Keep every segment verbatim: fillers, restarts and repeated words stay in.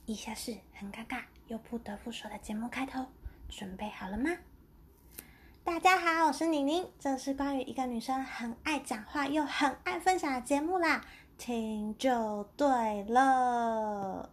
以下是很尴尬又不得不说的节目开头，准备好了吗？大家好，我是宁宁，这是关于一个女生很爱讲话又很爱分享的节目啦，听就对了。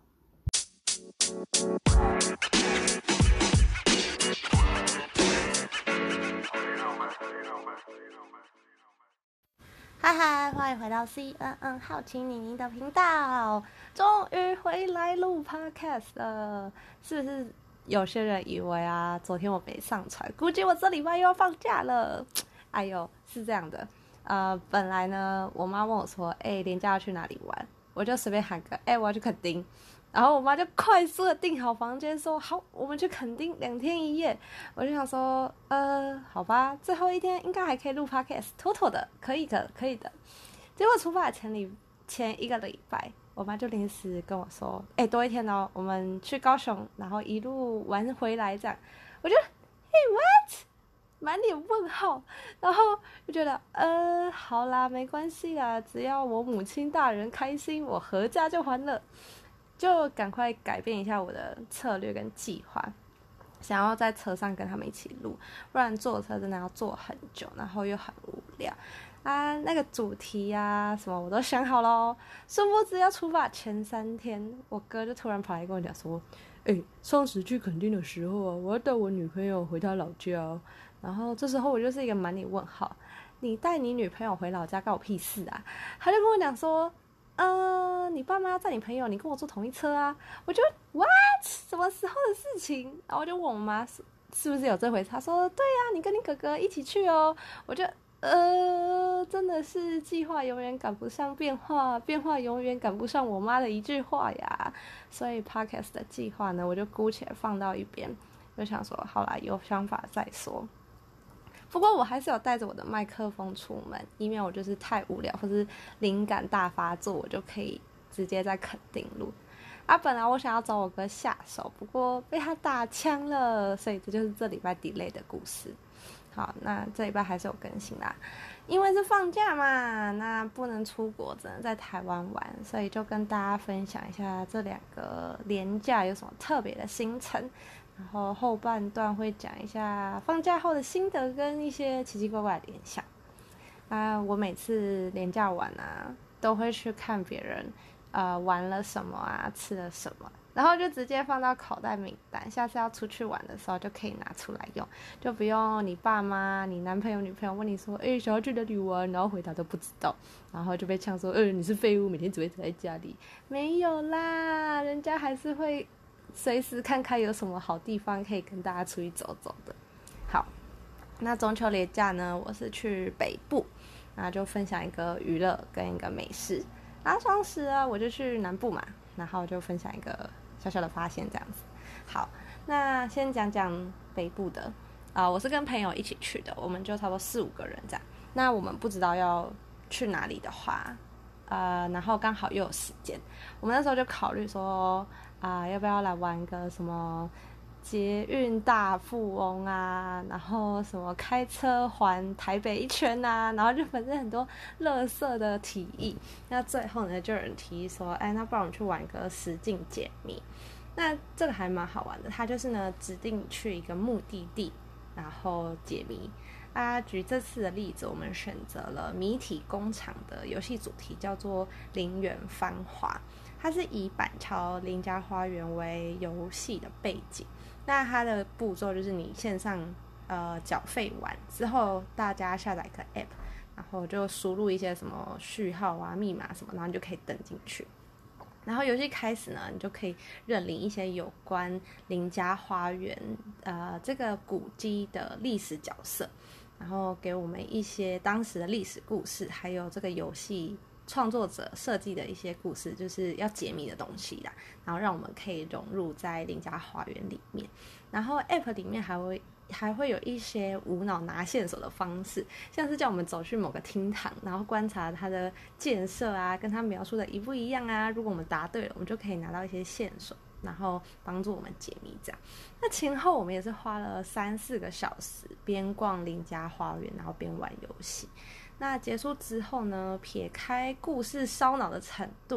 嗨嗨，欢迎回到 C N N 好奇宁宁的频道，终于回来录 podcast 了。是不是有些人以为啊，昨天我没上传，估计我这礼拜又要放假了。哎呦，是这样的，呃，本来呢，我妈问我说，哎、欸，连假要去哪里玩？我就随便喊个，哎、欸，我要去垦丁。然后我妈就快速的订好房间，说好，我们去垦丁两天一夜。我就想说，呃，好吧，最后一天应该还可以录 podcast，妥妥的，可以的，可以的。结果出发前礼前一个礼拜，我妈就临时跟我说，哎、欸，多一天哦，我们去高雄，然后一路玩回来这样。我就，嘿 ，what？ 满脸问号，然后就觉得，呃，好啦，没关系啦，只要我母亲大人开心，我合家就还了。就赶快改变一下我的策略跟计划，想要在车上跟他们一起录，不然坐车真的要坐很久，然后又很无聊啊。那个主题啊什么我都想好咯，殊不知要出发前三天，我哥就突然跑来跟我讲说，哎、欸，上次去垦丁的时候啊，我要带我女朋友回她老家，然后这时候我就是一个满脸问号，你带你女朋友回老家干我屁事啊？他就跟我讲说，呃，你爸妈载你朋友，你跟我坐同一车啊？我就 what 什么时候的事情？然后我就问我妈是是不是有这回事？她说对啊，你跟你哥哥一起去哦。我就呃，真的是计划永远赶不上变化，变化永远赶不上我妈的一句话呀。所以 podcast 的计划呢，我就姑且放到一边，就想说好啦，有想法再说。不过我还是有带着我的麦克风出门，以免我就是太无聊或是灵感大发作，我就可以直接在垦丁录。啊，本来我想要找我哥下手，不过被他打枪了，所以这就是这礼拜 delay 的故事。好，那这礼拜还是有更新啦，因为是放假嘛，那不能出国，只能在台湾玩，所以就跟大家分享一下这两个连假有什么特别的行程。然后后半段会讲一下放假后的心得跟一些奇奇怪怪的联想啊。我每次连假玩啊，都会去看别人呃玩了什么啊，吃了什么，然后就直接放到口袋名单，下次要出去玩的时候就可以拿出来用，就不用你爸妈、你男朋友、女朋友问你说，哎、欸，想要去哪里玩，然后回答都不知道，然后就被呛说，呃，你是废物，每天只会宅在家里。没有啦，人家还是会随时看看有什么好地方可以跟大家出去走走的。好，那中秋连假呢，我是去北部，那就分享一个娱乐跟一个美食。然后双十啊，我就去南部嘛，然后就分享一个小小的发现这样子。好，那先讲讲北部的啊、呃，我是跟朋友一起去的，我们就差不多四五个人这样。那我们不知道要去哪里的话，呃，然后刚好又有时间，我们那时候就考虑说，啊、呃，要不要来玩个什么捷运大富翁啊，然后什么开车环台北一圈啊，然后就反正很多垃圾的提议。那最后呢，就有人提议说，哎，那不然我们去玩个实境解谜。那这个还蛮好玩的，它就是呢指定去一个目的地，然后解谜。啊，举这次的例子，我们选择了谜题工厂的游戏主题，叫做林园芳华。它是以板桥林家花园为游戏的背景。那它的步骤就是你线上呃缴费完之后，大家下载一个 app， 然后就输入一些什么序号啊、密码什么，然后你就可以登进去。然后游戏开始呢，你就可以认领一些有关林家花园呃这个古迹的历史角色，然后给我们一些当时的历史故事，还有这个游戏创作者设计的一些故事，就是要解谜的东西啦，然后让我们可以融入在林家花园里面。然后 App 里面还会还会有一些无脑拿线索的方式，像是叫我们走去某个厅堂，然后观察它的建设啊，跟它描述的一不一样啊。如果我们答对了，我们就可以拿到一些线索，然后帮助我们解谜这样。那前后我们也是花了三四个小时，边逛林家花园，然后边玩游戏。那结束之后呢，撇开故事烧脑的程度，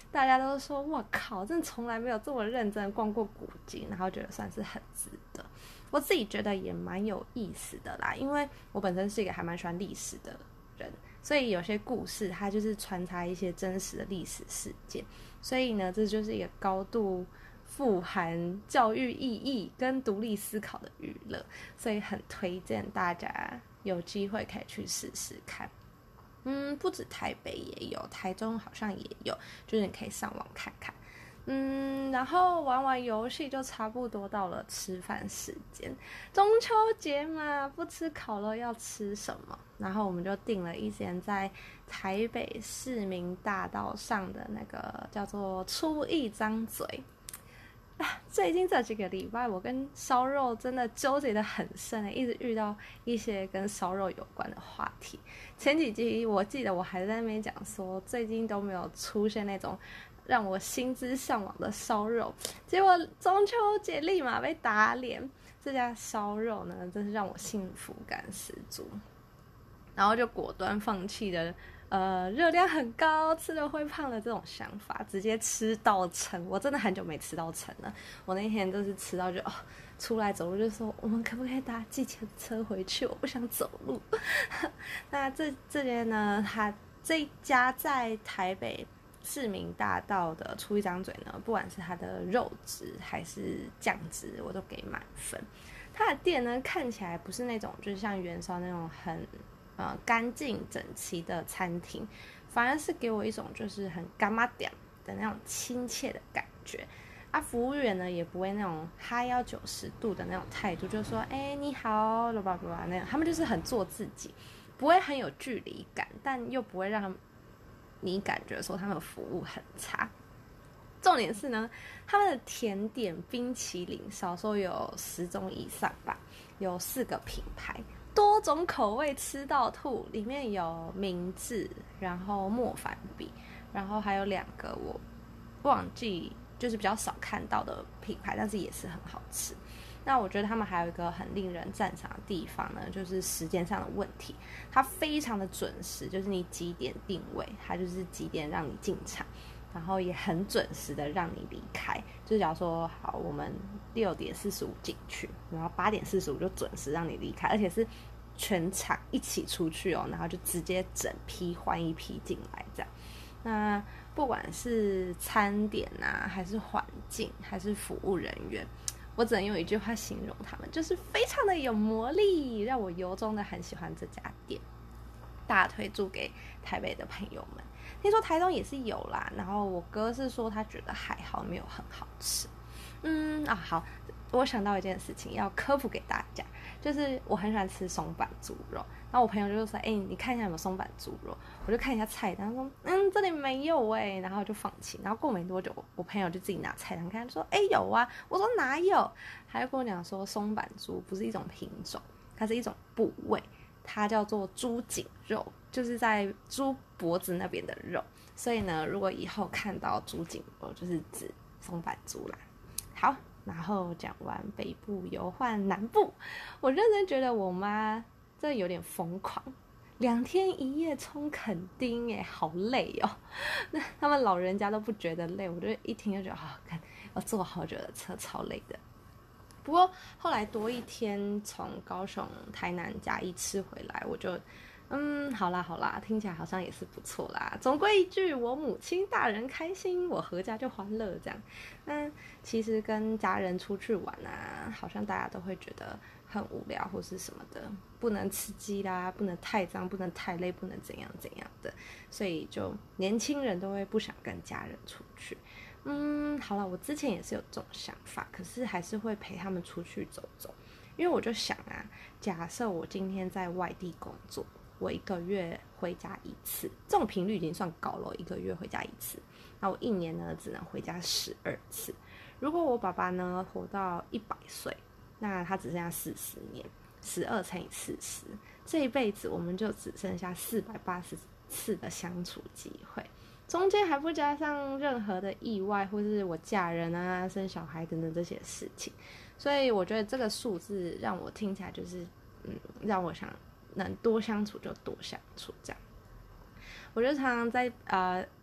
大家都说哇靠，真的从来没有这么认真逛过古迹，然后觉得算是很值得。我自己觉得也蛮有意思的啦，因为我本身是一个还蛮喜欢历史的人，所以有些故事它就是穿插一些真实的历史事件，所以呢，这就是一个高度富含教育意义跟独立思考的娱乐，所以很推荐大家有机会可以去试试看。嗯，不止台北也有，台中好像也有，就是你可以上网看看。嗯，然后玩完游戏就差不多到了吃饭时间。中秋节嘛，不吃烤肉要吃什么？然后我们就订了一间在台北市民大道上的那个叫做初一张嘴。啊，最近这几个礼拜，我跟烧肉真的纠结得很深诶，一直遇到一些跟烧肉有关的话题。前几集我记得我还在那边讲说，最近都没有出现那种让我心之向往的烧肉，结果中秋节立马被打脸。这家烧肉呢，真是让我幸福感十足，然后就果断放弃了呃，热量很高，吃了会胖的这种想法，直接吃到撑。我真的很久没吃到撑了。我那天就是吃到就哦，出来走路就说，我们可不可以搭计程车回去？我不想走路。那这这边呢，它这一家在台北市民大道的初一张嘴呢，不管是它的肉质还是酱汁，我都给满分。它的店呢，看起来不是那种就是像元宵那种很呃干净整齐的餐厅，反而是给我一种就是很干妈点的那种亲切的感觉。啊，服务员呢也不会那种哈腰九十度的那种态度，就是说哎、欸、你好，叭叭叭那样，他们就是很做自己，不会很有距离感，但又不会让你感觉说他们服务很差。重点是呢，他们的甜点冰淇淋少说有十种以上吧，有四个品牌，多种口味吃到吐，里面有明治，然后莫凡比，然后还有两个我忘记就是比较少看到的品牌，但是也是很好吃。那我觉得他们还有一个很令人赞赏的地方呢，就是时间上的问题，它非常的准时，就是你几点定位，它就是几点让你进场，然后也很准时的让你离开。就假如说好，我们六点四十五进去，然后八点四十五就准时让你离开，而且是全场一起出去哦，然后就直接整批换一批进来这样。那不管是餐点啊，还是环境，还是服务人员，我只能用一句话形容他们，就是非常的有魔力，让我由衷的很喜欢这家店，大推荐给台北的朋友们。听说台中也是有啦，然后我哥是说他觉得还好，没有很好吃。嗯啊，好，我想到一件事情要科普给大家，就是我很喜欢吃松板猪肉，然后我朋友就说，哎、欸，你看一下有没有松板猪肉，我就看一下菜单，说，嗯，这里没有哎、欸，然后就放弃。然后过没多久，我朋友就自己拿菜单看，说，哎、欸，有啊，我说哪有？还跟我讲说，松板猪不是一种品种，它是一种部位，它叫做猪颈肉，就是在猪脖子那边的肉。所以呢，如果以后看到猪颈肉，就是指松板猪啦。好，然后讲完北部游换南部，我认真觉得我妈真的有点疯狂，两天一夜冲垦丁耶，好累哦。那他们老人家都不觉得累，我就一听就觉得好，看要坐好久的车，超累的。不过后来多一天从高雄、台南、嘉义吃回来，我就嗯，好啦好啦，听起来好像也是不错啦。总归一句，我母亲大人开心，我阖家就欢乐这样。那其实跟家人出去玩啊，好像大家都会觉得很无聊或是什么的，不能刺激啦，不能太脏，不能太累，不能怎样怎样的，所以就年轻人都会不想跟家人出去。嗯，好了，我之前也是有这种想法，可是还是会陪他们出去走走，因为我就想啊，假设我今天在外地工作，我一个月回家一次，这种频率已经算高了，一个月回家一次，那我一年呢只能回家十二次。如果我爸爸呢活到一百岁，那他只剩下四十年，十二乘以四十，这一辈子我们就只剩下四百八十次的相处机会。中间还不加上任何的意外，或是我嫁人啊、生小孩等等这些事情，所以我觉得这个数字让我听起来就是，嗯，让我想能多相处就多相处这样。我就常常在呃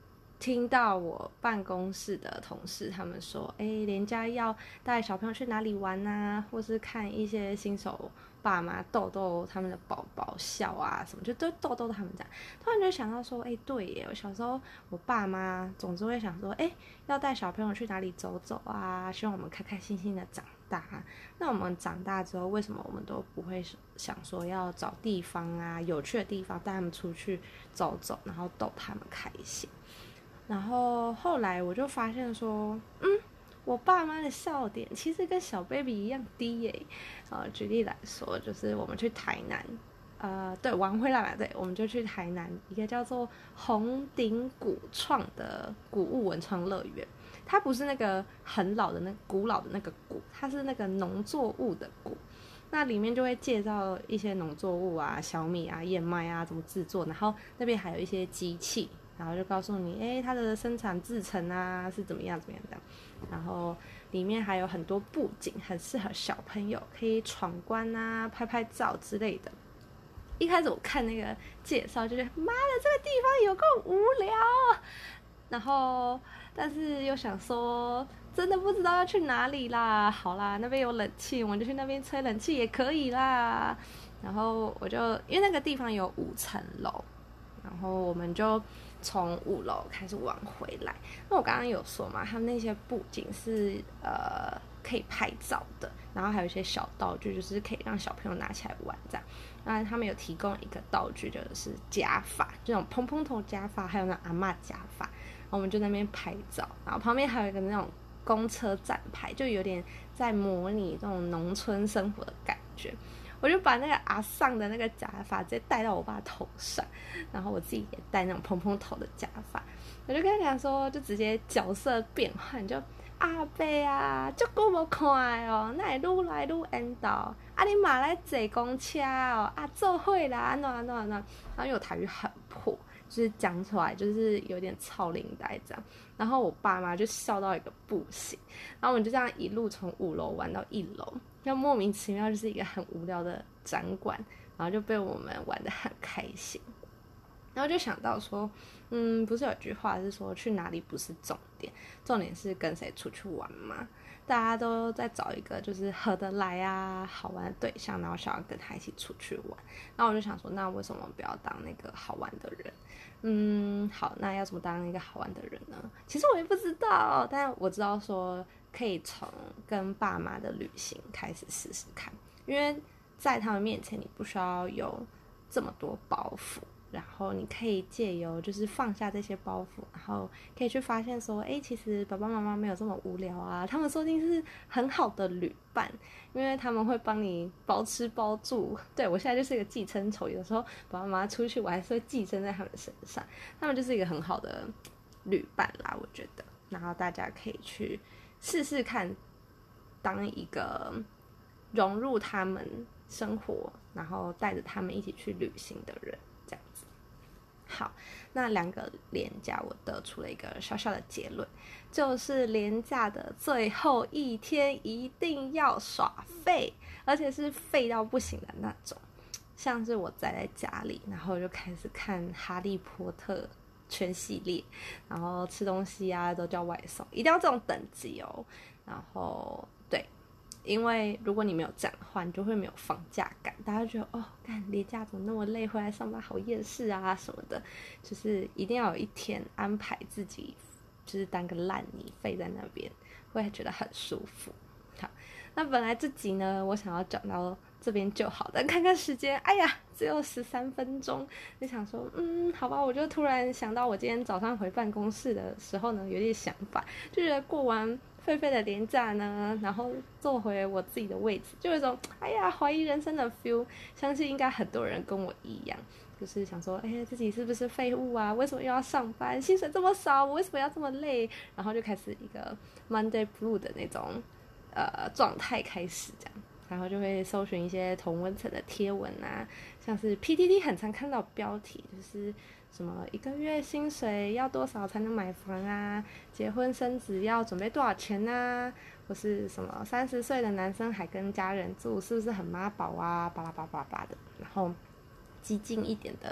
听到我办公室的同事他们说，哎，连假要带小朋友去哪里玩啊，或是看一些新手爸妈逗逗他们的宝宝笑啊什么，就都逗逗他们这样。突然就想到说，哎，对耶，我小时候我爸妈总是会想说，哎，要带小朋友去哪里走走啊，希望我们开开心心的长大。那我们长大之后，为什么我们都不会想说要找地方啊，有趣的地方带他们出去走走，然后逗他们开心？然后后来我就发现说，嗯，我爸妈的笑点其实跟小 baby 一样低耶。呃，举例来说，就是我们去台南，呃，对，玩回来嘛，对，我们就去台南一个叫做红顶古创的古物文创乐园。它不是那个很老的那古老的那个古，它是那个农作物的古。那里面就会介绍一些农作物啊，小米啊、燕麦啊怎么制作，然后那边还有一些机器。然后就告诉你，哎，它的生产制程啊是怎么样怎么样的，然后里面还有很多布景，很适合小朋友可以闯关啊、拍拍照之类的。一开始我看那个介绍就觉得，妈的，这个地方有够无聊，然后但是又想说，真的不知道要去哪里啦。好啦，那边有冷气，我们就去那边吹冷气也可以啦。然后我就因为那个地方有五层楼，然后我们就从五楼开始往回来。那我刚刚有说嘛，他们那些布景是呃可以拍照的，然后还有一些小道具，就是可以让小朋友拿起来玩这样。那他们有提供一个道具，就是假发，这种蓬蓬头假发，还有那阿嬷假发。然后我们就在那边拍照，然后旁边还有一个那种公车站牌，就有点在模拟这种农村生活的感觉。我就把那个阿桑的那个假发直接戴到我爸头上，然后我自己也戴那种蓬蓬头的假发。我就跟他讲说，就直接角色变换，就阿伯啊，足久无看的哦，那会愈来愈缘投。啊，你嘛来坐公车哦，啊，做伙啦，安怎安怎安怎。然后因为我台语很破，就是讲出来就是有点操领带这样。然后我爸妈就笑到一个不行，然后我们就这样一路从五楼玩到一楼。就莫名其妙就是一个很无聊的展馆，然后就被我们玩得很开心。然后就想到说，嗯，不是有句话是说去哪里不是重点，重点是跟谁出去玩嘛。大家都在找一个就是合得来啊好玩的对象，然后想要跟他一起出去玩。然后我就想说，那为什么不要当那个好玩的人？嗯，好，那要怎么当一个好玩的人呢？其实我也不知道，但我知道说可以从跟爸妈的旅行开始试试看，因为在他们面前你不需要有这么多包袱。然后你可以借由就是放下这些包袱，然后可以去发现说，哎，其实爸爸妈妈没有这么无聊啊，他们说不定是很好的旅伴，因为他们会帮你包吃包住。对，我现在就是一个寄生虫，有时候爸爸妈妈出去我还是会寄生在他们身上，他们就是一个很好的旅伴啦，我觉得。然后大家可以去试试看，当一个融入他们生活，然后带着他们一起去旅行的人。好，那两个连假我得出了一个小小的结论，就是连假的最后一天一定要耍废，而且是废到不行的那种。像是我宅在家里，然后就开始看哈利波特全系列，然后吃东西啊都叫外送，一定要这种等级哦。然后对，因为如果你没有这样的话，你就会没有放假感，大家就觉得哦，干连假怎么那么累，回来上班好厌世啊什么的，就是一定要有一天安排自己，就是当个烂泥废在那边，会觉得很舒服。好，那本来这集呢，我想要讲到这边就好，但看看时间，哎呀，只有十三分钟，就想说，嗯，好吧，我就突然想到，我今天早上回办公室的时候呢，有点想法，就觉得过完狒狒的连假呢，然后坐回我自己的位置，就有一种哎呀怀疑人生的 feel。相信应该很多人跟我一样，就是想说，哎，自己是不是废物啊？为什么又要上班？薪水这么少，我为什么要这么累？然后就开始一个 Monday Blue 的那种呃状态开始这样。然后就会搜寻一些同温层的贴文啊，像是 P T T 很常看到标题，就是什么一个月薪水要多少才能买房啊，结婚生子要准备多少钱啊，或是什么三十岁的男生还跟家人住，是不是很妈宝啊，巴拉巴拉巴拉的。然后激进一点的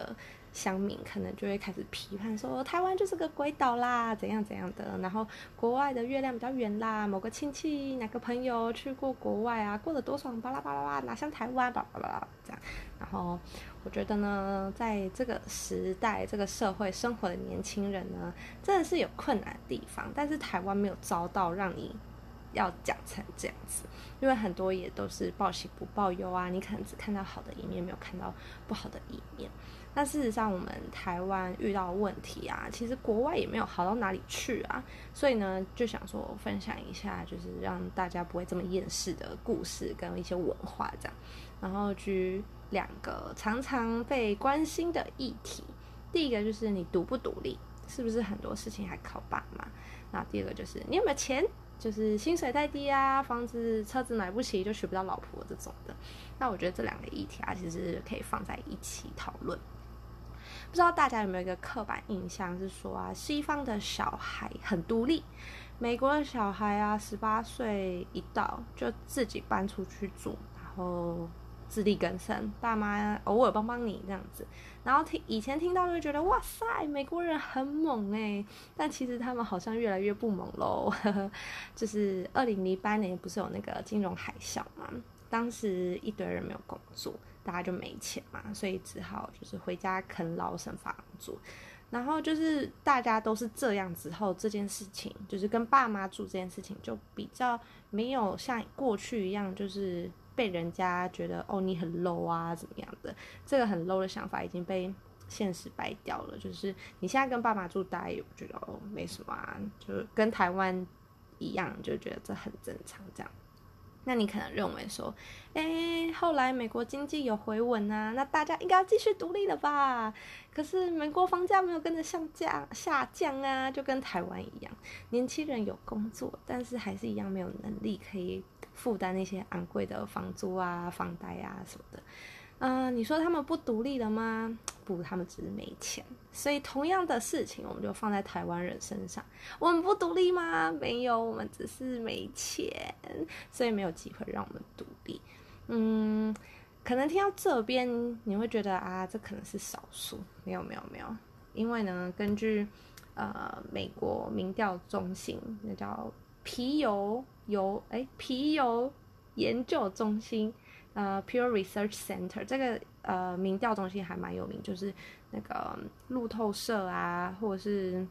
乡民可能就会开始批判说台湾就是个鬼岛啦，怎样怎样的，然后国外的月亮比较圆啦，某个亲戚哪个朋友去过国外啊，过得多爽，巴拉巴拉巴拉，哪像台湾，巴拉巴拉这样。然后我觉得呢，在这个时代这个社会生活的年轻人呢，真的是有困难的地方，但是台湾没有遭到让你要讲成这样子，因为很多也都是报喜不报忧啊，你可能只看到好的一面，没有看到不好的一面。那事实上我们台湾遇到的问题啊，其实国外也没有好到哪里去啊，所以呢就想说分享一下，就是让大家不会这么厌世的故事跟一些文化这样，然后举两个常常被关心的议题。第一个就是你独不独立，是不是很多事情还靠爸妈，然后第二个就是你有没有钱，就是薪水太低啊，房子车子买不起就娶不到老婆这种的。那我觉得这两个议题啊，其实可以放在一起讨论。不知道大家有没有一个刻板印象是说啊，西方的小孩很独立，美国的小孩啊十八岁一到就自己搬出去住，然后自力更生，爸妈偶尔帮帮你这样子。然后听以前听到就会觉得哇塞，美国人很猛欸，但其实他们好像越来越不猛咯。就是二零零八年不是有那个金融海啸嘛，当时一堆人没有工作，大家就没钱嘛，所以只好就是回家啃老省房租。然后就是大家都是这样之后，这件事情就是跟爸妈住这件事情就比较没有像过去一样，就是被人家觉得哦你很 low 啊怎么样的，这个很 low 的想法已经被现实掰掉了。就是你现在跟爸妈住，大家也觉得哦没什么啊，就跟台湾一样，就觉得这很正常这样。那你可能认为说，哎，后来美国经济有回稳啊，那大家应该要继续独立了吧？可是美国房价没有跟着下降下降啊，就跟台湾一样，年轻人有工作，但是还是一样没有能力可以负担那些昂贵的房租啊、房贷啊什么的。嗯、呃，你说他们不独立了吗？不，他们只是没钱。所以同样的事情，我们就放在台湾人身上。我们不独立吗？没有，我们只是没钱，所以没有机会让我们独立。嗯，可能听到这边你会觉得啊，这可能是少数。没有，没有，没有。因为呢，根据呃美国民调中心，那叫皮尤尤哎皮尤研究中心。呃 ，Pew Research Center 这个呃民调中心还蛮有名，就是那个路透社啊，或者是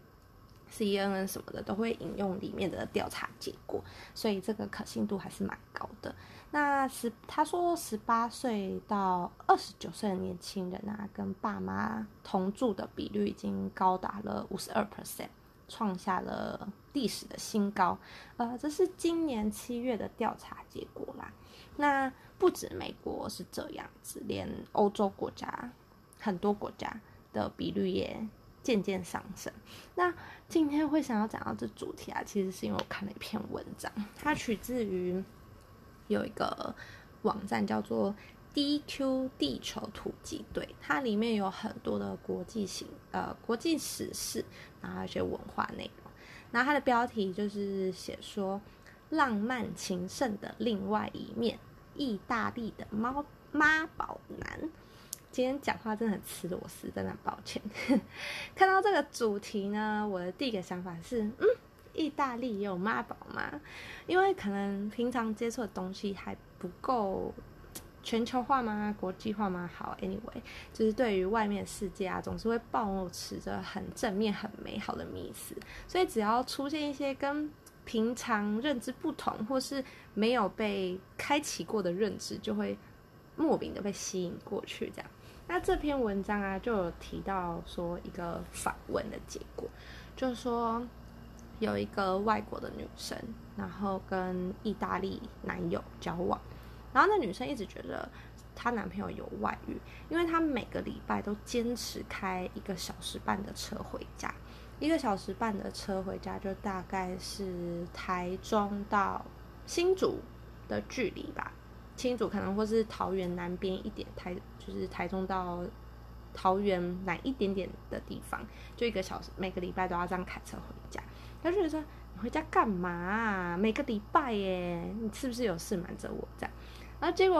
C N N 什么的都会引用里面的调查结果，所以这个可信度还是蛮高的。那十他说十八岁到二十九岁的年轻人啊，跟爸妈同住的比率已经高达了 百分之五十二， 创下了历史的新高。呃，这是今年七月的调查结果啦。那不止美国是这样子，连欧洲国家很多国家的比率也渐渐上升。那今天会想要讲到这主题啊，其实是因为我看了一篇文章，它取自于有一个网站叫做 D Q 地球突击队，它里面有很多的国际性呃国际时事，然后还有一些文化内容。然后它的标题就是写说浪漫情圣的另外一面，意大利的猫妈宝男。今天讲话真的很吃螺丝，真的很抱歉。看到这个主题呢，我的第一个想法是，嗯，意大利也有妈宝吗？因为可能平常接触的东西还不够全球化吗？国际化吗？好 ，anyway， 就是对于外面世界啊，总是会抱持着很正面、很美好的迷思，所以只要出现一些跟平常认知不同，或是没有被开启过的认知，就会莫名的被吸引过去。这样，那这篇文章啊，就有提到说一个访问的结果，就是说有一个外国的女生，然后跟意大利男友交往。然后那女生一直觉得她男朋友有外遇，因为她每个礼拜都坚持开一个小时半的车回家，一个小时半的车回家就大概是台中到新竹的距离吧，新竹可能或是桃园南边一点，台就是台中到桃园南一点点的地方，就一个小时，每个礼拜都要这样开车回家。她就觉得说你回家干嘛啊？每个礼拜耶，你是不是有事瞒着我这样？然后结果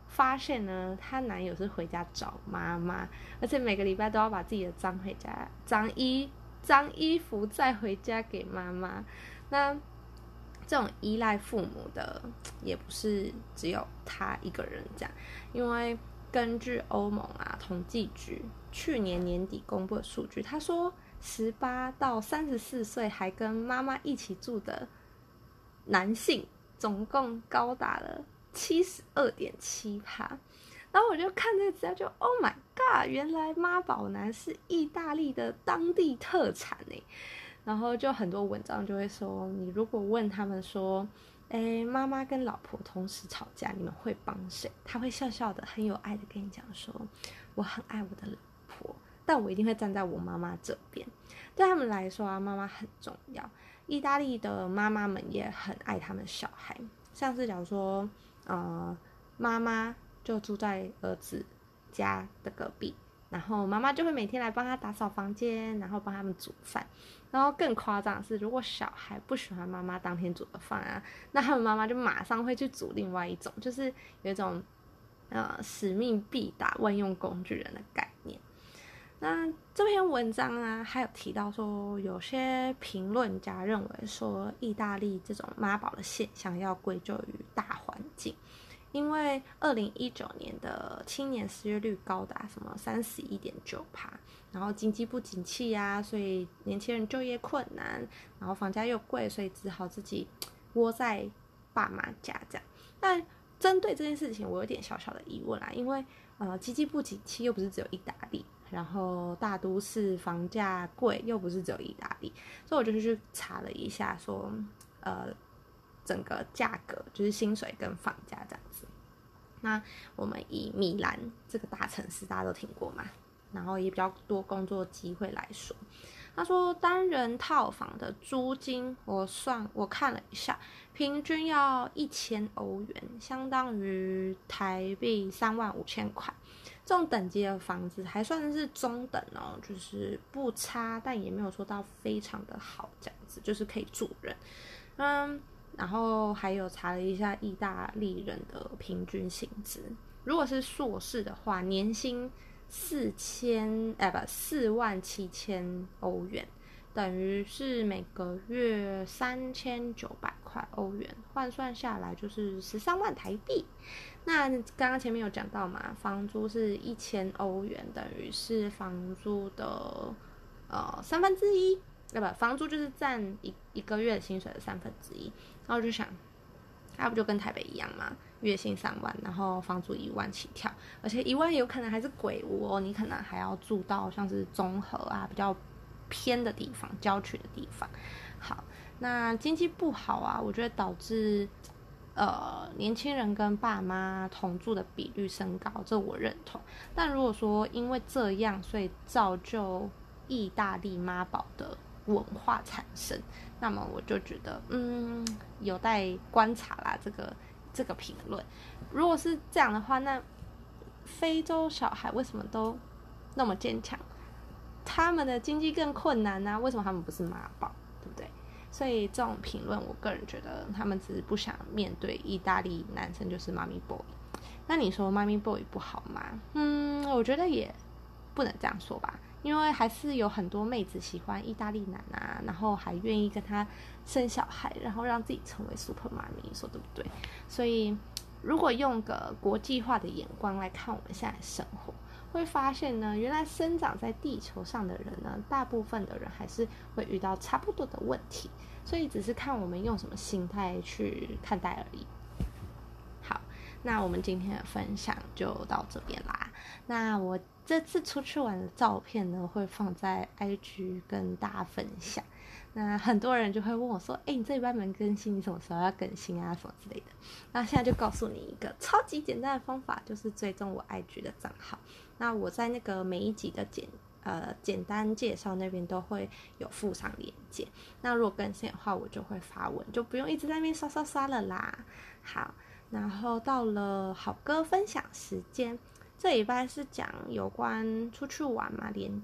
发现呢，她男友是回家找妈妈，而且每个礼拜都要把自己的脏回家脏衣脏衣服再回家给妈妈。那这种依赖父母的也不是只有他一个人这样，因为根据欧盟啊统计局去年年底公布的数据，他说十八到三十四岁还跟妈妈一起住的男性总共高达了 百分之七十二点七。 然后我就看这个资料就 Oh my god， 原来妈宝男是意大利的当地特产耶。然后就很多文章就会说，你如果问他们说，哎，妈妈跟老婆同时吵架，你们会帮谁？他会笑笑的，很有爱的跟你讲说，我很爱我的老婆，但我一定会站在我妈妈这边。对他们来说啊，妈妈很重要。意大利的妈妈们也很爱他们小孩，像是假如说，呃，妈妈就住在儿子家的隔壁，然后妈妈就会每天来帮他打扫房间，然后帮他们煮饭。然后更夸张的是，如果小孩不喜欢妈妈当天煮的饭啊，那他们妈妈就马上会去煮另外一种，就是有一种呃使命必达、万用工具人的概念。那这篇文章啊，还有提到说，有些评论家认为说，意大利这种妈宝的现象要归咎于大环境。因为二零一九年的青年失业率高达什么三十一点九趴，然后经济不景气啊，所以年轻人就业困难，然后房价又贵，所以只好自己窝在爸妈家这样。但针对这件事情，我有点小小的疑问啦，因为呃经济不景气又不是只有意大利，然后大都市房价贵又不是只有意大利，所以我就去查了一下说，呃。整个价格就是薪水跟房价这样子。那我们以米兰这个大城市大家都听过嘛，然后也比较多工作机会来说，他说单人套房的租金我算我看了一下，平均要一千欧元，相当于台币三万五千块。这种等级的房子还算是中等哦，就是不差，但也没有说到非常的好这样子，就是可以住人。嗯。然后还有查了一下意大利人的平均薪资，如果是硕士的话，年薪四千，哎不，四万七千欧元，等于是每个月三千九百块欧元，换算下来就是十三万台币。那刚刚前面有讲到嘛，房租是一千欧元，等于是房租的呃三分之一。对吧？房租就是占一一个月的薪水的三分之一，然后我就想，那、啊、不就跟台北一样吗？月薪三万，然后房租一万起跳，而且一万有可能还是鬼屋哦，你可能还要住到像是中和啊比较偏的地方、郊区的地方。好，那经济不好啊，我觉得导致呃年轻人跟爸妈同住的比率升高，这我认同。但如果说因为这样，所以造就意大利妈宝的文化产生，那么我就觉得，嗯，有待观察啦。这个这个评论，如果是这样的话，那非洲小孩为什么都那么坚强？他们的经济更困难啊，为什么他们不是妈宝？对不对？所以这种评论，我个人觉得他们只是不想面对意大利男生就是妈咪 boy。那你说妈咪 boy 不好吗？嗯，我觉得也不能这样说吧。因为还是有很多妹子喜欢意大利男啊，然后还愿意跟他生小孩，然后让自己成为 super 妈咪，说对不对？所以如果用个国际化的眼光来看我们现在的生活，会发现呢，原来生长在地球上的人呢，大部分的人还是会遇到差不多的问题，所以只是看我们用什么心态去看待而已。好，那我们今天的分享就到这边啦。那我这次出去玩的照片呢，会放在 I G 跟大家分享。那很多人就会问我说：“哎、欸，你这礼拜没更新，你什么时候要更新啊？什么之类的。”那现在就告诉你一个超级简单的方法，就是追踪我 I G 的账号。那我在那个每一集的简呃简单介绍那边都会有附上链接。那如果更新的话，我就会发文，就不用一直在那边刷刷刷了啦。好，然后到了好歌分享时间。这礼拜是讲有关出去玩嘛，连假。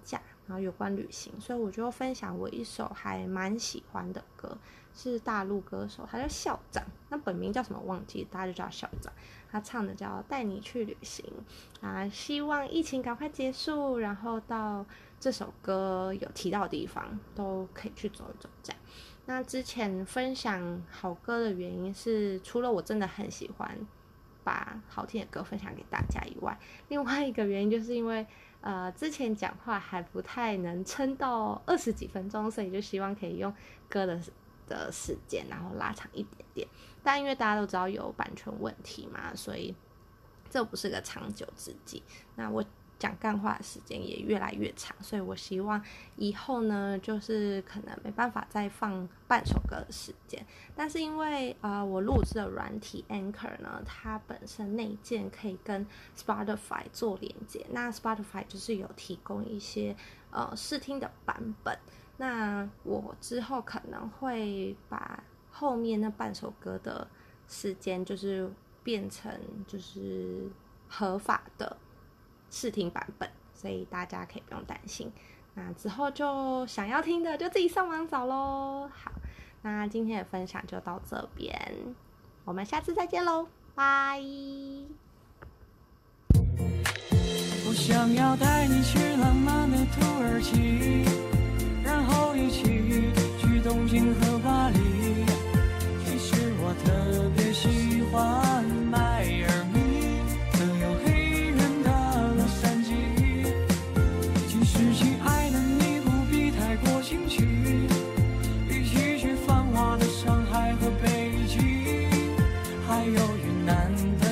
然后有关旅行，所以我就分享我一首还蛮喜欢的歌，是大陆歌手，他叫校长，那本名叫什么忘记，大家就叫校长。他唱的叫《带你去旅行》啊，希望疫情赶快结束，然后到这首歌有提到的地方都可以去走一走这样。那之前分享好歌的原因是，除了我真的很喜欢把好听的歌分享给大家以外，另外一个原因就是因为呃之前讲话还不太能撑到二十几分钟，所以就希望可以用歌的的时间然后拉长一点点，但因为大家都知道有版权问题嘛，所以这不是个长久之计。那我讲干话的时间也越来越长，所以我希望以后呢，就是可能没办法再放半首歌的时间，但是因为呃我录制的软体 Anchor 呢，它本身内建可以跟 Spotify 做连接，那 Spotify 就是有提供一些呃试听的版本，那我之后可能会把后面那半首歌的时间就是变成就是合法的试听版本，所以大家可以不用担心。那之后就想要听的就自己上网找咯。好，那今天的分享就到这边，我们下次再见咯，拜。 我想要带你去浪漫的土耳其，然后一起去东京和巴黎。其实我特别喜欢迈尔密，更有黑人的洛杉矶。其实亲爱的你不必太过心虚，一起去繁华的上海和北京，还有云南的